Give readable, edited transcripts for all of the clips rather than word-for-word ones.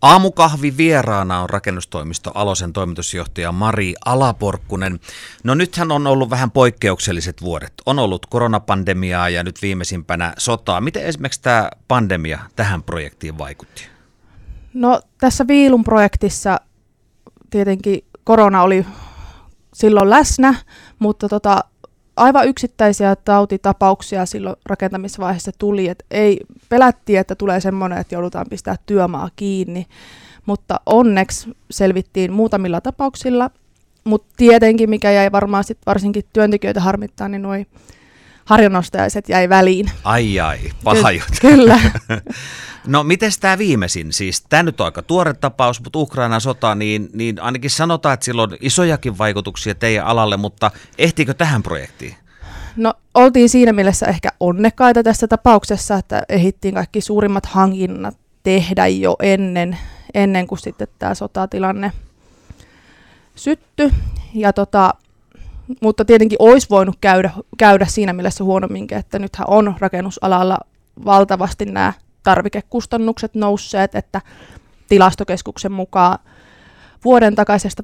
Aamukahvi vieraana on rakennustoimisto Alosen toimitusjohtaja Mari Alaporkkunen. No nythän on ollut vähän poikkeukselliset vuodet. On ollut koronapandemiaa ja nyt viimeisimpänä sotaa. Miten esimerkiksi tämä pandemia tähän projektiin vaikutti? No tässä Viilun projektissa tietenkin korona oli silloin läsnä, mutta aivan yksittäisiä tautitapauksia silloin rakentamisvaiheessa tuli, että pelättiin, että tulee semmoinen, että joudutaan pistää työmaa kiinni, mutta onneksi selvittiin muutamilla tapauksilla, mutta tietenkin, mikä jäi varmaan sit varsinkin työntekijöitä harmittaa, niin nuo harjanostajaiset jäi väliin. Ai, paha juttu. Kyllä. No miten tämä viimeisin, siis tämä nyt on aika tuore tapaus, mutta Ukrainan sota, niin ainakin sanotaan, että sillä on isojakin vaikutuksia teidän alalle, mutta ehtiikö tähän projektiin? No oltiin siinä mielessä ehkä onnekkaita tässä tapauksessa, että ehdittiin kaikki suurimmat hankinnat tehdä jo ennen kuin sitten tämä sotatilanne syttyi. Ja mutta tietenkin olisi voinut käydä siinä mielessä huonomminkin, että nythän on rakennusalalla valtavasti nämä tarvikekustannukset nousseet, että Tilastokeskuksen mukaan vuoden takaisesta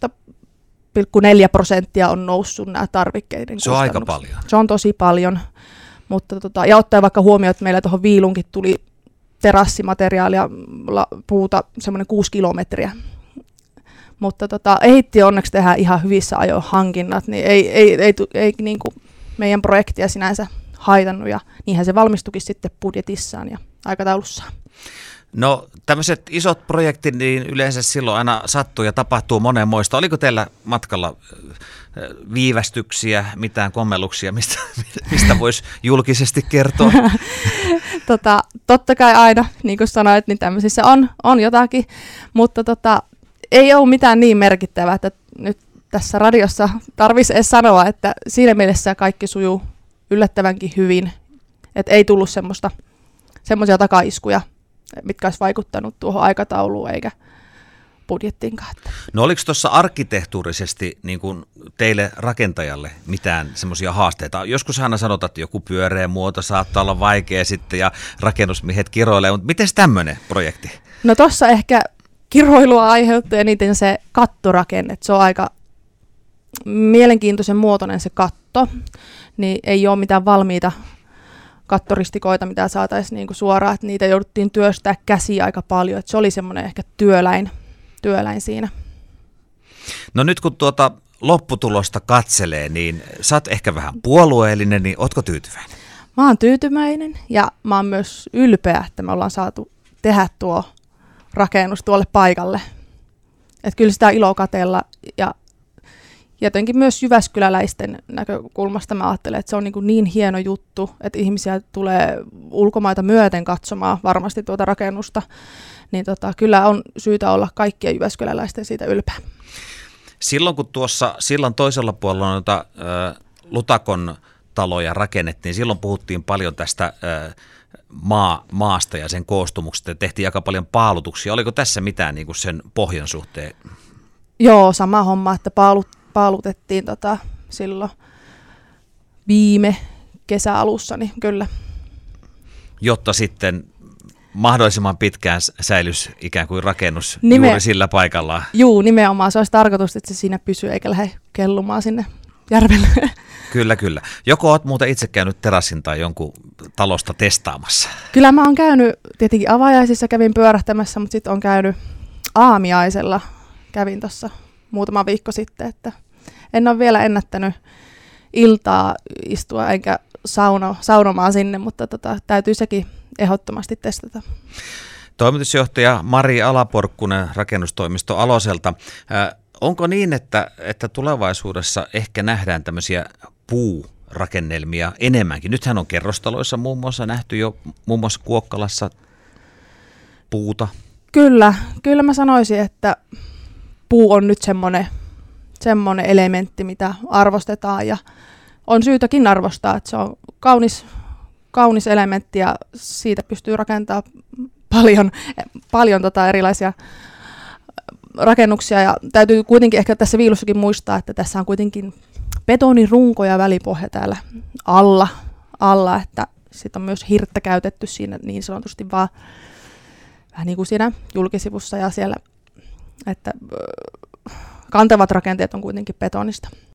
15,4% on noussut nämä tarvikkeiden kustannukset. Se on aika paljon. Se on tosi paljon, mutta ja ottaen vaikka huomioon, että meillä tuohon Viilunkin tuli terassimateriaalia puuta semmoinen 6 kilometriä. Mutta ehdittiin onneksi tehdä ihan hyvissä ajoin hankinnat, niin ei niin kuin meidän projektia sinänsä haitannut, ja niinhän se valmistukin sitten budjetissaan ja aikataulussaan. No tämmöiset isot projektit, niin yleensä silloin aina sattuu ja tapahtuu monenmoista. Oliko teillä matkalla viivästyksiä, mitään kommelluksia, mistä voisi julkisesti kertoa? Totta kai aina, niin kuin sanoit, niin tämmöisissä on jotakin, mutta ei ole mitään niin merkittävää, että nyt tässä radiossa tarvitsisi edes sanoa, että siinä mielessä kaikki sujuu yllättävänkin hyvin, että ei tullut semmoisia takaiskuja, mitkä olisi vaikuttanut tuohon aikatauluun eikä budjettiinkaan. No oliko tuossa arkkitehtuurisesti niin kuin teille rakentajalle mitään semmoisia haasteita? Joskus aina sanotaan, että joku pyöreä muoto saattaa olla vaikea sitten ja rakennusmiehet kiroilee, mutta miten tämmöinen projekti? No tuossa ehkä kiroilua aiheuttaa eniten se kattorakenne. Se on aika mielenkiintoisen muotoinen se katto, niin ei ole mitään valmiita kattoristikoita, mitä saataisiin niinku suoraan, että niitä jouduttiin työstää käsiä aika paljon, että se oli semmoinen ehkä työläin siinä. No nyt kun lopputulosta katselee, niin sä oot ehkä vähän puolueellinen, niin ootko tyytyväinen? Mä oon tyytyväinen ja mä oon myös ylpeä, että me ollaan saatu tehdä tuo rakennus tuolle paikalle. Että kyllä sitä ilo katsella, ja jotenkin myös jyväskyläläisten näkökulmasta mä ajattelen, että se on niin hieno juttu, että ihmisiä tulee ulkomaita myöten katsomaan varmasti tuota rakennusta, niin kyllä on syytä olla kaikkien jyväskyläläisten siitä ylpeä. Silloin kun tuossa sillan toisella puolella noita Lutakon taloja rakennettiin, silloin puhuttiin paljon tästä maasta ja sen koostumuksesta ja tehtiin aika paljon paalutuksia. Oliko tässä mitään niin kuin sen pohjan suhteen? Joo, sama homma, että paalutettiin silloin viime kesäalussa, niin kyllä. Jotta sitten mahdollisimman pitkään säilyisi ikään kuin rakennus juuri sillä paikallaan. Juu, nimenomaan. Se olisi tarkoitus, että se siinä pysyy eikä lähde kellumaan sinne järvelle. Kyllä. Joko olet muuten itse käynyt terassin tai jonkun talosta testaamassa? Kyllä mä oon käynyt, tietenkin avajaisissa kävin pyörähtämässä, mutta sitten on käynyt aamiaisella. Kävin tuossa muutama viikko sitten, että en ole vielä ennättänyt iltaa istua enkä saunomaan sinne, mutta täytyy sekin ehdottomasti testata. Toimitusjohtaja Mari Alaporkkunen rakennustoimisto Aloselta. Onko niin, että tulevaisuudessa ehkä nähdään tämmöisiä puurakennelmia enemmänkin? Nythän on kerrostaloissa muun muassa nähty jo muun muassa Kuokkalassa puuta. Kyllä mä sanoisin, että puu on nyt semmoinen elementti, mitä arvostetaan ja on syytäkin arvostaa, että se on kaunis elementti ja siitä pystyy rakentamaan paljon erilaisia rakennuksia, ja täytyy kuitenkin ehkä tässä Viilussakin muistaa, että tässä on kuitenkin betonirunko ja välipohja täällä alla, että sitten on myös hirttä käytetty siinä niin sanotusti vaan vähän niin kuin siinä julkisivussa ja siellä, että kantavat rakenteet on kuitenkin betonista.